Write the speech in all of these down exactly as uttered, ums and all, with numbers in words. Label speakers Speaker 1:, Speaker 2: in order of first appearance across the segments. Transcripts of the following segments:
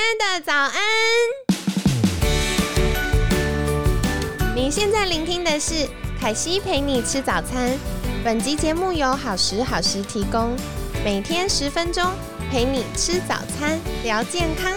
Speaker 1: 爱的早安，你现在聆听的是凯西陪你吃早餐。本集节目由好时好时提供，每天十分钟陪你吃早餐，聊健康。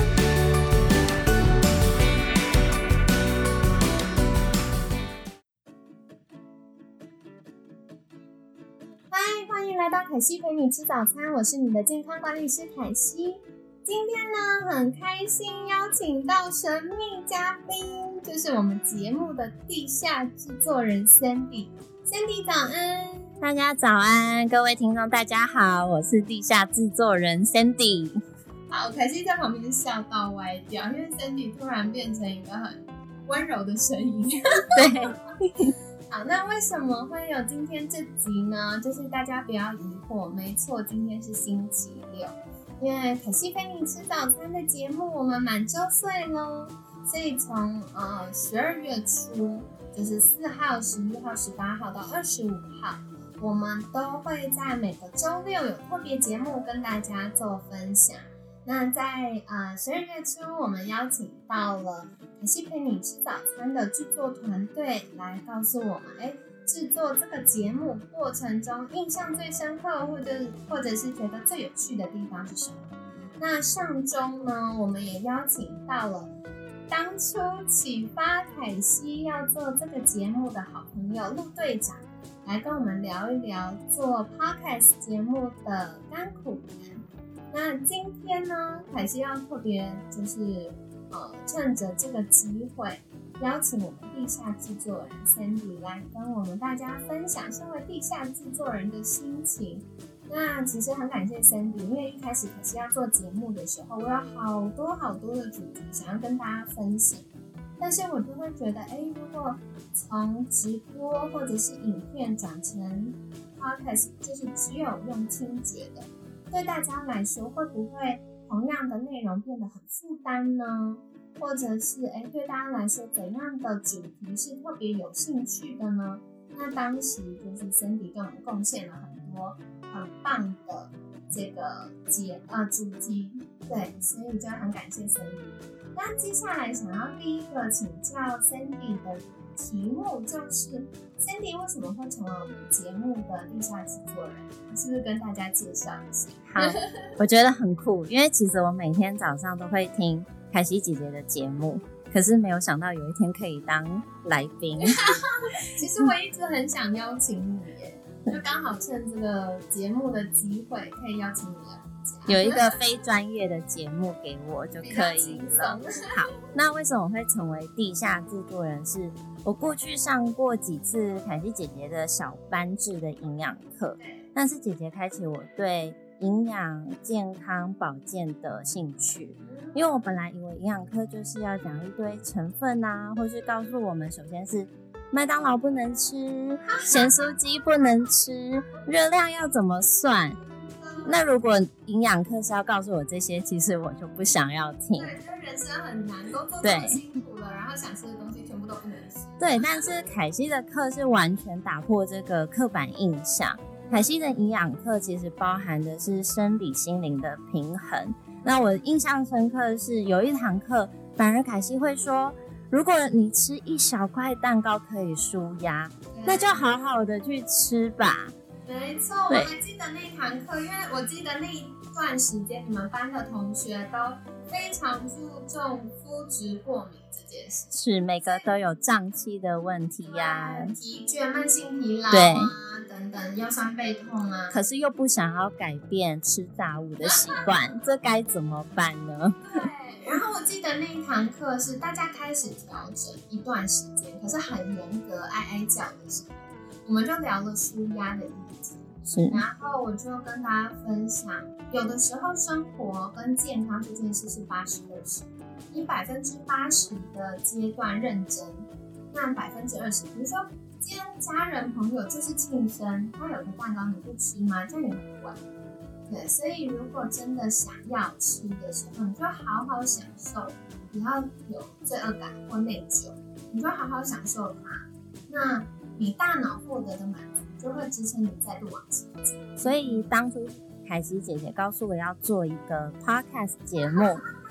Speaker 1: 嗨，欢迎来到凯西陪你吃早餐，我是你的健康管理师凯西。今天呢，很开心邀请到神秘嘉宾，就是我们节目的地下制作人 Sandy。Sandy 早安。
Speaker 2: 大家早安，各位听众大家好，我是地下制作人 Sandy。
Speaker 1: 好，凯西在旁边笑到歪掉，因为 Sandy 突然变成一个很温柔的声音。
Speaker 2: 对。
Speaker 1: 好，那为什么会有今天这集呢？就是大家不要疑惑，没错，今天是星期六，因为凯西陪你吃早餐的节目我们满周岁咯，所以从呃十二月初，就是四号、十一号、十八号到二十五号，我们都会在每个周六有特别节目跟大家做分享。那在呃十二月初，我们邀请到了凯西陪你吃早餐的制作团队来告诉我们，哎，制作这个节目过程中印象最深刻，或者或者是觉得最有趣的地方是什么？那上周呢，我们也邀请到了当初启发凯西要做这个节目的好朋友陆队长，来跟我们聊一聊做 podcast 节目的甘苦谈。那今天呢，凯西要特别就是呃，趁着这个机会，邀请我们地下制作人 Sandy 来跟我们大家分享身为地下制作人的心情。那其实很感谢 Sandy， 因为一开始凯西要做节目的时候，我有好多好多的主题想要跟大家分享，但是我就会觉得，哎，如果从直播或者是影片转成 podcast， 就是只有用听觉的，对大家来说会不会同样的内容变得很负担呢？或者是诶对大家来说怎样的主题是特别有兴趣的呢？那当时就是 Sandy 跟我们贡献了很多很棒的这个节呃主题，对，所以就很感谢 Sandy。那接下来想要第一个请教 Sandy 的题目就是 Sandy 为什么会成为我们节目的地下制作人？是不是跟大家介绍一下？
Speaker 2: 好，我觉得很酷，因为其实我每天早上都会听凯西姐姐的节目，可是没有想到有一天可以当来宾。
Speaker 1: 其实我一直很想邀请你耶，就刚好趁这个节目的机会，可以邀请你来。
Speaker 2: 有一个非专业的节目给我就可以了。好，那为什么我会成为地下制作人？是我过去上过几次凯西姐姐的小班制的营养课，那是姐姐开启我对营养、健康、保健的兴趣。因为我本来以为营养课就是要讲一堆成分啊，或是告诉我们首先是麦当劳不能吃，咸酥鸡不能吃，热量要怎么算。那如果营养课是要告诉我这些，其实我就不想要听。
Speaker 1: 对，因为人生很难，工作这么辛苦了，然后想吃的东西全部都不能吃。
Speaker 2: 对，但是凯西的课是完全打破这个刻板印象。凯西的营养课其实包含的是生理心灵的平衡。那我印象深刻的是有一堂课，反而凯西会说，如果你吃一小块蛋糕可以抒压，那就好好的去吃吧。
Speaker 1: 没错，我还记得那堂课，因为我记得那一段时间你们班的同学都非常注重肤质过敏这件事，
Speaker 2: 是每个都有胀气的问题呀、啊，
Speaker 1: 疲倦、慢性疲劳啊等等，腰酸背痛啊，
Speaker 2: 可是又不想要改变吃炸物的习惯，这该怎么办呢？
Speaker 1: 对，然后我记得那一堂课是大家开始调整一段时间，可是很严格、哀哀叫的时候，我们就聊了抒压的议题。
Speaker 2: 是，
Speaker 1: 然后我就跟大家分享，有的时候生活跟健康这件事是八十二十，你百分之八十的阶段认真，那百分之二十，比如说今天家人朋友就是庆生，他有个蛋糕你不吃吗？这样也很怪。对，所以如果真的想要吃的时候，你就好好享受，不要有罪恶感或内疚，你就好好享受它。那你大脑获得的满足，就会支撑你再度往前进。
Speaker 2: 所以当初凯西姐姐告诉我要做一个 podcast 节目，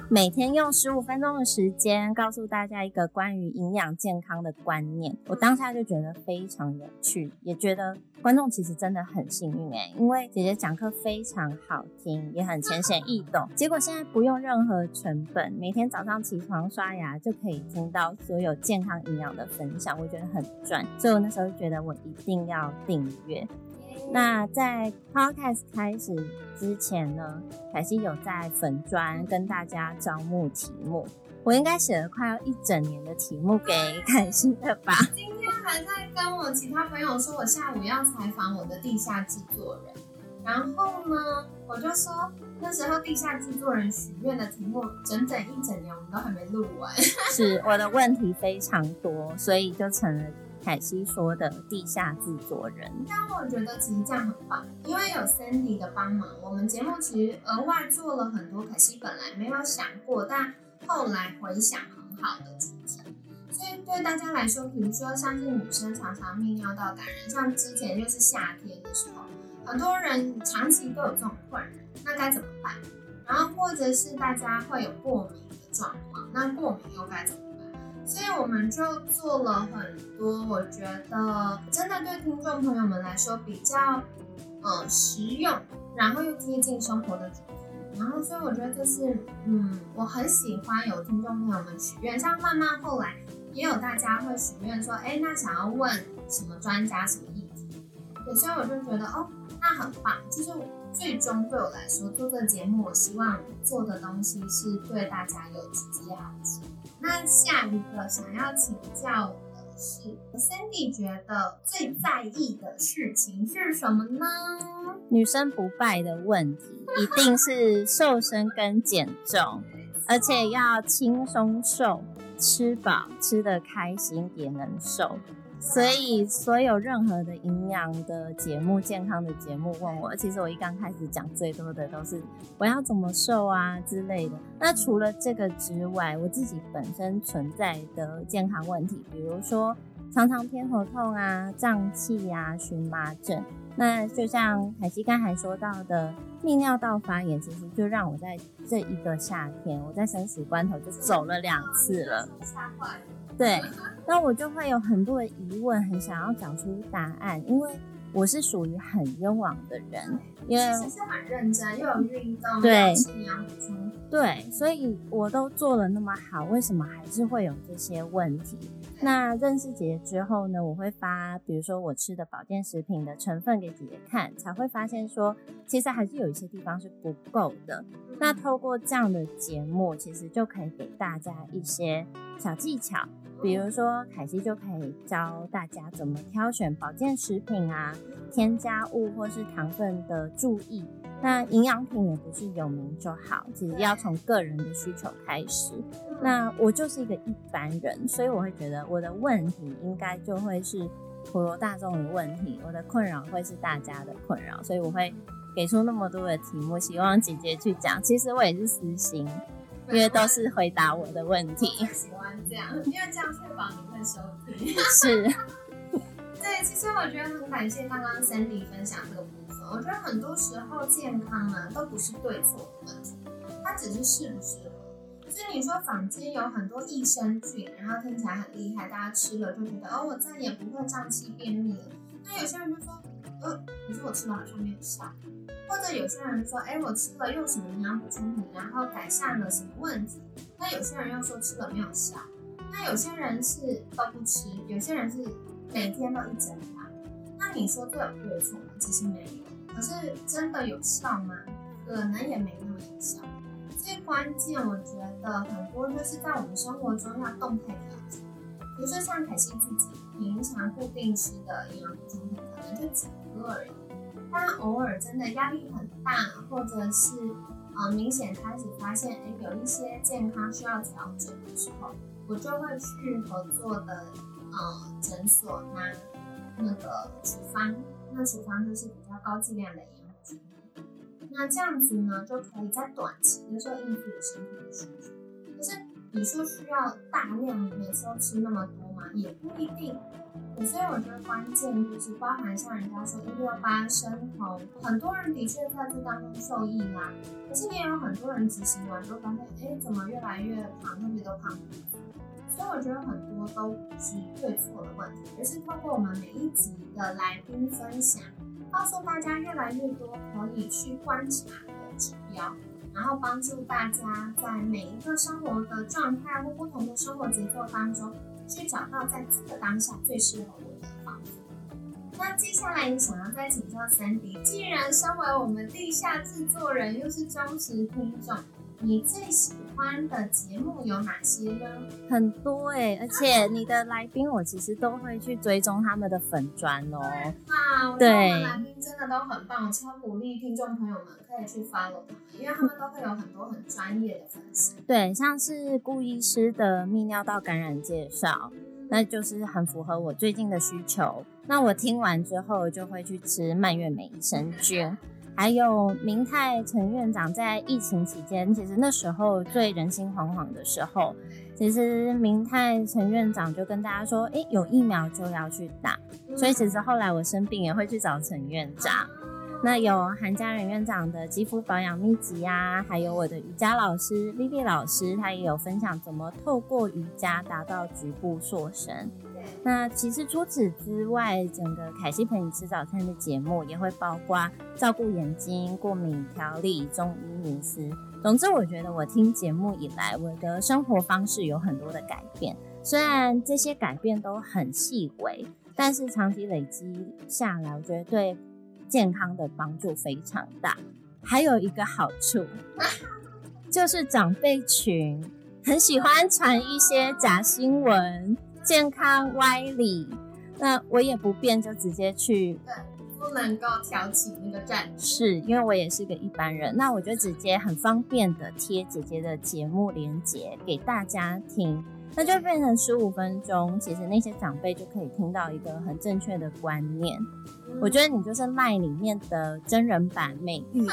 Speaker 2: 每天用十五分钟的时间告诉大家一个关于营养健康的观念。我当下就觉得非常有趣，也觉得观众其实真的很幸运欸，因为姐姐讲课非常好听，也很浅显易懂，结果现在不用任何成本，每天早上起床刷牙就可以听到所有健康营养的分享，我觉得很赚，所以我那时候就觉得我一定要订阅。那在 podcast 开始之前呢，凯西有在粉专跟大家招募题目，我应该写了快要一整年的题目给凯西的吧。
Speaker 1: 今天还在跟我其他朋友说，我下午要采访我的地下制作人，然后呢，我就说那时候地下制作人许愿的题目，整整一整年我们都还没录完。
Speaker 2: 是我的问题非常多，所以就成了凯西说的地下制作人。
Speaker 1: 但我觉得其实这样很棒，因为有 Sandy 的帮忙，我们节目其实额外做了很多凯西本来没有想过，但后来回想很好的主题。所以对大家来说，比如说像是女生常常泌尿道感染，像之前就是夏天的时候，很多人长期都有这种困扰，那该怎么办？然后或者是大家会有过敏的状况，那过敏又该怎么办？所以我们就做了很多，我觉得真的对听众朋友们来说比较呃实用，然后又贴近生活的主题。然后所以我觉得这是嗯，我很喜欢有听众朋友们许愿，像慢慢后来也有大家会许愿说，哎，那想要问什么专家什么议题，对，所以我就觉得哦，那很棒，就是最终对我来说做这个节目，我希望做的东西是对大家有直接好处。那下一个想要请教的是 Sandy 觉得最在意的事情是什么呢？
Speaker 2: 女生不败的问题一定是瘦身跟减重，而且要轻松瘦，吃饱吃得开心也能瘦。所以所有任何的营养的节目、健康的节目问我，其实我一刚开始讲最多的都是我要怎么瘦啊之类的。那除了这个之外，我自己本身存在的健康问题，比如说常常偏头痛啊、胀气啊、荨麻疹。那就像凯西刚才说到的泌尿道发炎，其实就让我在这一个夏天，我在生死关头就走了两次了，
Speaker 1: 吓坏了。
Speaker 2: 对，那我就会有很多的疑问，很想要找出答案，因为我是属于很冤枉的人，因为
Speaker 1: 其实是很认真，又有运动，
Speaker 2: 对，
Speaker 1: 又有吃营养补充，
Speaker 2: 对，所以我都做了那么好，为什么还是会有这些问题？那认识姐姐之后呢，我会发，比如说我吃的保健食品的成分给姐姐看，才会发现说，其实还是有一些地方是不够的。那透过这样的节目，其实就可以给大家一些小技巧，比如说凯西就可以教大家怎么挑选保健食品啊，添加物或是糖分的注意。那营养品也不是有名就好，其实要从个人的需求开始。那我就是一个一般人，所以我会觉得我的问题应该就会是普罗大众的问题，我的困扰会是大家的困扰，所以我会给出那么多的题目，希望姐姐去讲。其实我也是私心，因为都是回答我的问题。
Speaker 1: 我喜欢这样，因为这样确保你会收听。
Speaker 2: 是。
Speaker 1: 对，其实我觉得很感谢刚刚 Sandy 分享这个部分。我觉得很多时候健康啊，都不是对错的问题，它只是适不适合。就是你说坊间有很多益生菌，然后听起来很厉害，大家吃了就觉得哦，我再也不会胀气便秘了。那有些人就说，呃，可是我吃了好像没有效。或者有些人说，哎，我吃了用什么营养补充品，然后改善了什么问题。那有些人又说吃了没有效。那有些人是都不吃，有些人是每天都一整盘。那你说这有对错吗？其实没有。可是真的有效吗？可能也没那么有效。最关键，我觉得很多就是在我们生活中要动态调整。比如说像凯西自己平常固定吃的营养补充品，可能就几颗而已。但偶尔真的压力很大，或者是呃明显开始发现，哎，有一些健康需要调整的时候，我就会去合作的呃诊所拿那个处方，那处方就是比较高剂量的营养补充品。那这样子呢，就可以在短期的时候应付我身体的需求。可是你说需要大量每次都吃那么多吗？也不一定。 所以我觉得关键就是包含像人家说一六八生酮，很多人的确在这当中受益啦，可是也有很多人执行完就发现，哎，怎么越来越胖，特别都胖肚子。所以我觉得很多都不是对错的问题，而是透过我们每一集的来宾分享，告诉大家越来越多可以去观察的指标，然后帮助大家在每一个生活的状态或不同的生活节奏当中，去找到在这个当下最适合我的方法。那接下来也想要再请教 Sandy， 既然身为我们地下制作人，又是忠实听众，你最喜欢的节目有哪些呢？
Speaker 2: 很多哎、欸，而且你的来宾我其实都会去追踪他们的粉专哦。
Speaker 1: 哇，我觉得我们来宾真的都很棒，我超鼓励听众朋友们可以去 follow 他们，因为他们都会有很多很专业的分析。
Speaker 2: 对，像是顾医师的泌尿道感染介绍，那就是很符合我最近的需求。那我听完之后就会去吃蔓越莓益生菌。还有明泰陈院长在疫情期间，其实那时候最人心惶惶的时候，其实明泰陈院长就跟大家说，诶，有疫苗就要去打，所以其实后来我生病也会去找陈院长。那有韩家人院长的肌肤保养秘籍啊，还有我的瑜伽老师 Vivi 老师，他也有分享怎么透过瑜伽达到局部塑身。那其实除此之外，整个凯西陪你吃早餐的节目也会包括照顾眼睛、过敏调理、中医迷思。总之我觉得我听节目以来，我的生活方式有很多的改变，虽然这些改变都很细微，但是长期累积下来，我觉得对健康的帮助非常大。还有一个好处就是长辈群很喜欢传一些假新闻、健康歪理，那我也不便就直接去，
Speaker 1: 对，不能够挑起那个战
Speaker 2: 事，因为我也是个一般人，那我就直接很方便的贴姐姐的节目连结给大家听，那就变成十五分钟，其实那些长辈就可以听到一个很正确的观念。嗯、我觉得你就是 LINE 里面的真人版美玉，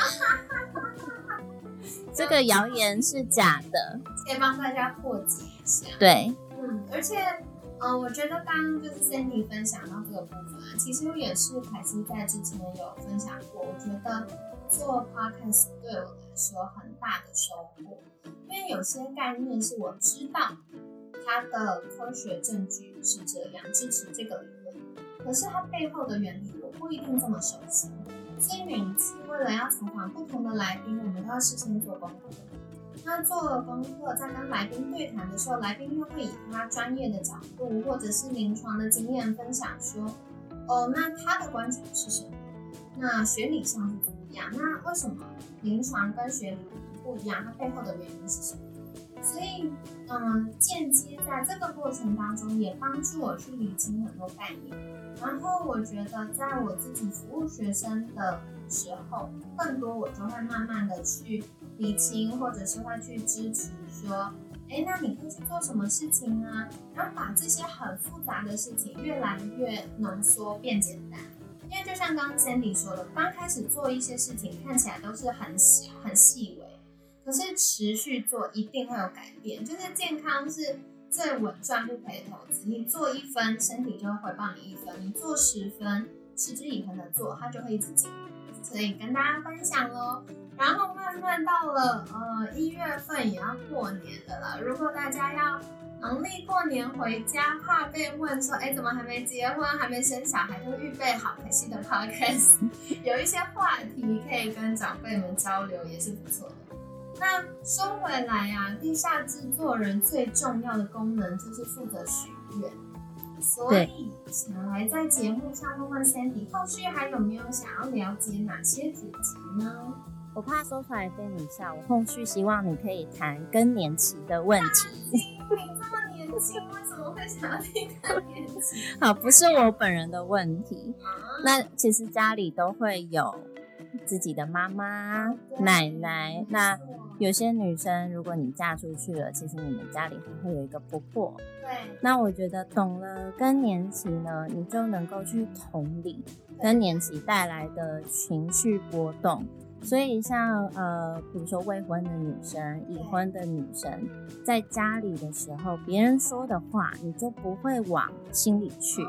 Speaker 2: 这个谣言是假的，
Speaker 1: 可以帮大家破解一下。
Speaker 2: 对，
Speaker 1: 嗯，而且。嗯，我觉得刚刚就是 Sandy 分享到这个部分啊，其实也是凯西在之前有分享过。我觉得做 podcast 对我来说很大的收获，因为有些概念是我知道它的科学证据是这样支持这个理论，可是它背后的原理我不一定这么熟悉，所以每一次为了要采访不同的来宾，我们都要事先做功课。那做了功课，在跟来宾对谈的时候，来宾又会以他专业的角度或者是临床的经验分享说，哦，那他的观察是什么？那学理上是怎么样？那为什么临床跟学理不一样？它背后的原因是什么？所以，嗯，间接在这个过程当中，也帮助我去理清很多概念。然后，我觉得在我自己服务学生的时候，更多我就会慢慢的去理清，或者是会去支持说，哎，那你会去做什么事情啊？然后把这些很复杂的事情越来越浓缩变简单。因为就像刚刚 Sandy 说的，刚开始做一些事情看起来都是很小很细微，可是持续做一定会有改变。就是健康是最稳赚不赔的投资，你做一分，身体就会回报你一分；你做十分，持之以恒的做，它就会一直进步。所以跟大家分享咯。然后慢慢到了呃一月份也要过年了啦，如果大家要农历过年回家，怕被问说，哎，怎么还没结婚，还没生小孩，就预备好凯西的 podcast， 有一些话题可以跟长辈们交流，也是不错的。那说回来啊，地下制作人最重要的功能就是负责许愿，所以想来在节目上问问 Sandy， 后续还有没有想要了解哪些主题呢？
Speaker 2: 我怕说出来被你笑，我后续希望你可以谈更年期的问题。
Speaker 1: 你这么年轻，为什么会想要听更年期？
Speaker 2: 好，不是我本人的问题。啊、那其实家里都会有自己的妈妈、奶奶。那有些女生，如果你嫁出去了，其实你们家里还会有一个婆婆。
Speaker 1: 对。
Speaker 2: 那我觉得懂了更年期呢，你就能够去同理更年期带来的情绪波动。所以像呃，比如说未婚的女生、已婚的女生，在家里的时候，别人说的话，你就不会往心里去，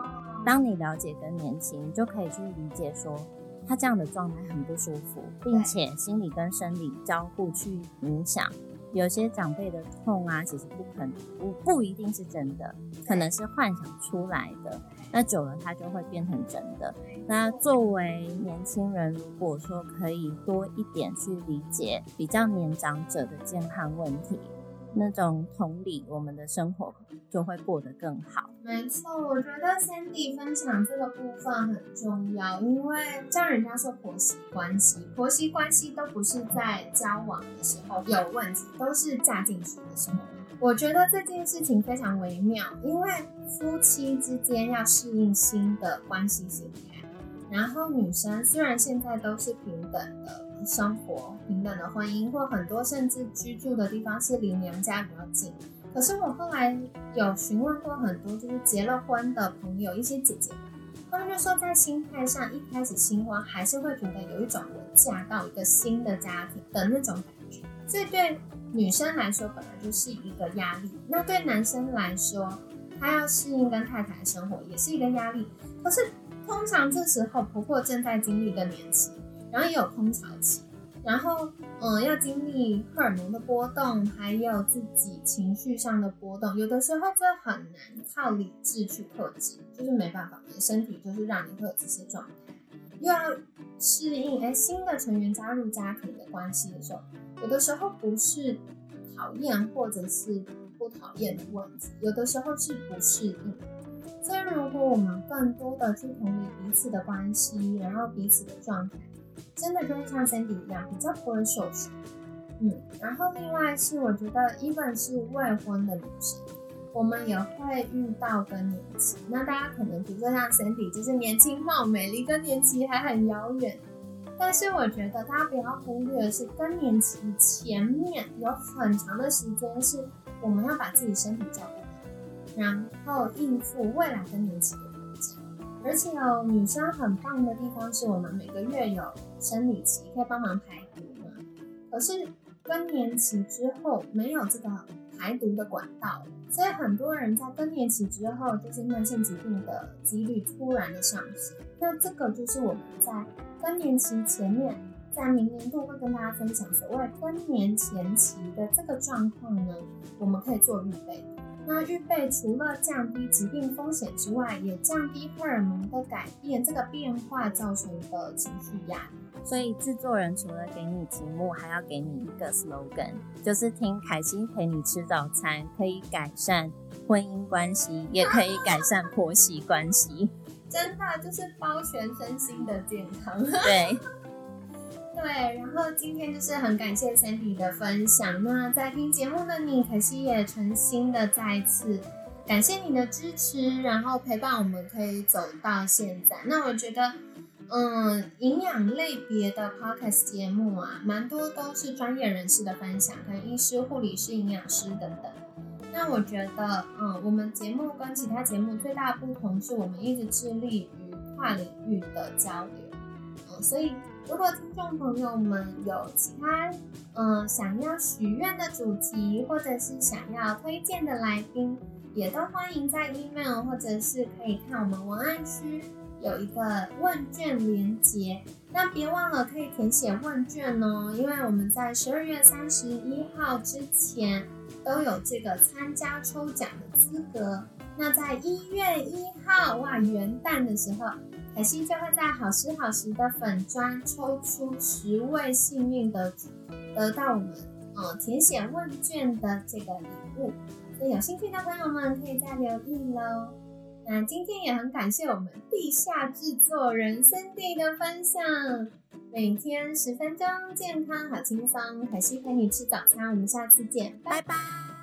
Speaker 2: 当你了解更年期，你就可以去理解说他这样的状态很不舒服，并且心理跟生理交互去影响。有些长辈的痛啊，其实不可能不不一定是真的，可能是幻想出来的。那久了，它就会变成真的。那作为年轻人，如果说可以多一点去理解比较年长者的健康问题，那种同理，我们的生活就会过得更好。
Speaker 1: 没错，我觉得 Sandy 分享这个部分很重要，因为像人家说婆媳关系，婆媳关系都不是在交往的时候有问题，都是嫁进去的时候。我觉得这件事情非常微妙，因为夫妻之间要适应新的关系形态，然后女生虽然现在都是平等的生活，平等的婚姻，或很多甚至居住的地方是离娘家比较近，可是我后来有询问过很多就是结了婚的朋友，一些姐姐，他们就说在心态上一开始新婚还是会觉得有一种我嫁到一个新的家庭的那种感觉，所以对女生来说本来就是一个压力，那对男生来说他要适应跟太太的生活也是一个压力。可是通常这时候婆婆正在经历更年期，然后也有空巢期，然后嗯，要经历荷尔蒙的波动，还有自己情绪上的波动，有的时候这很难靠理智去克制，就是没办法，你的身体就是让你会有这些状态，又要适应哎新的成员加入家庭的关系的时候，有的时候不是讨厌或者是不讨厌的问题，有的时候是不适应。所以如果我们更多的去同理彼此的关系，然后彼此的状态，真的就会像 Sandy 一样比较不会受伤。嗯，然后另外是我觉得 even 是未婚的女生，我们也会遇到更年期。那大家可能比如说像 Sandy 就是年轻貌美，离更年期还很遥远，但是我觉得大家不要忽略的是更年期前面有很长的时间是我们要把自己身体照顾好，然后应付未来更年期的挑战。而且哦，女生很棒的地方是我们每个月有生理期可以帮忙排毒嘛，可是更年期之后没有这个排毒的管道，所以很多人在更年期之后就是慢性疾病的几率突然的上升。那这个就是我们在更年期前面，在明年度会跟大家分享所谓更年前期的这个状况呢，我们可以做预备。那预备除了降低疾病风险之外，也降低荷尔蒙的改变这个变化造成的情绪压力。
Speaker 2: 所以制作人除了给你题目，还要给你一个 slogan， 就是听凯西陪你吃早餐，可以改善婚姻关系，也可以改善婆媳关系。
Speaker 1: 真的就是包全身心的健康。
Speaker 2: 对。
Speaker 1: 对，然后今天就是很感谢 Sandy 的分享。那在听节目的你，可惜也诚心的再次感谢你的支持，然后陪伴我们可以走到现在。那我觉得，嗯，营养类别的 podcast 节目啊，蛮多都是专业人士的分享，可能医师、护理师、营养师等等。那我觉得，嗯，我们节目跟其他节目最大的不同是我们一直致力于跨领域的交流。嗯，所以如果听众朋友们有其他嗯想要许愿的主题，或者是想要推荐的来宾，也都欢迎在 email 或者是可以看我们文案区有一个问卷连结。那别忘了可以填写问卷哦，因为我们在十二月三十一号之前都有这个参加抽奖的资格。那在一月一号哇元旦的时候，凯西就会在好时好时的粉专抽出十位幸运得主，得到我们呃填写问卷的这个礼物。所以有兴趣的朋友们可以再留意咯。那今天也很感谢我们地下制作人 Sandy 的分享，每天十分钟，健康好轻松，凯西陪你吃早餐，我们下次见，拜拜。